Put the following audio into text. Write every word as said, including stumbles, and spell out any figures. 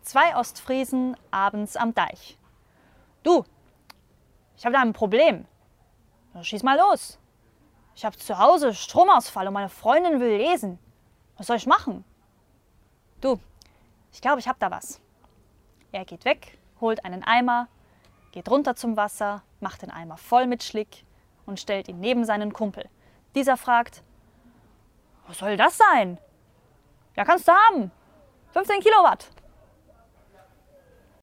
Zwei Ostfriesen abends am Deich. Du, ich habe da ein Problem. Na, schieß mal los. Ich habe zu Hause Stromausfall und meine Freundin will lesen. Was soll ich machen? Du, ich glaube, ich habe da was. Er geht weg, holt einen Eimer, geht runter zum Wasser, macht den Eimer voll mit Schlick und stellt ihn neben seinen Kumpel. Dieser fragt, was soll das sein? Ja, kannst du haben. fünfzehn Kilowatt.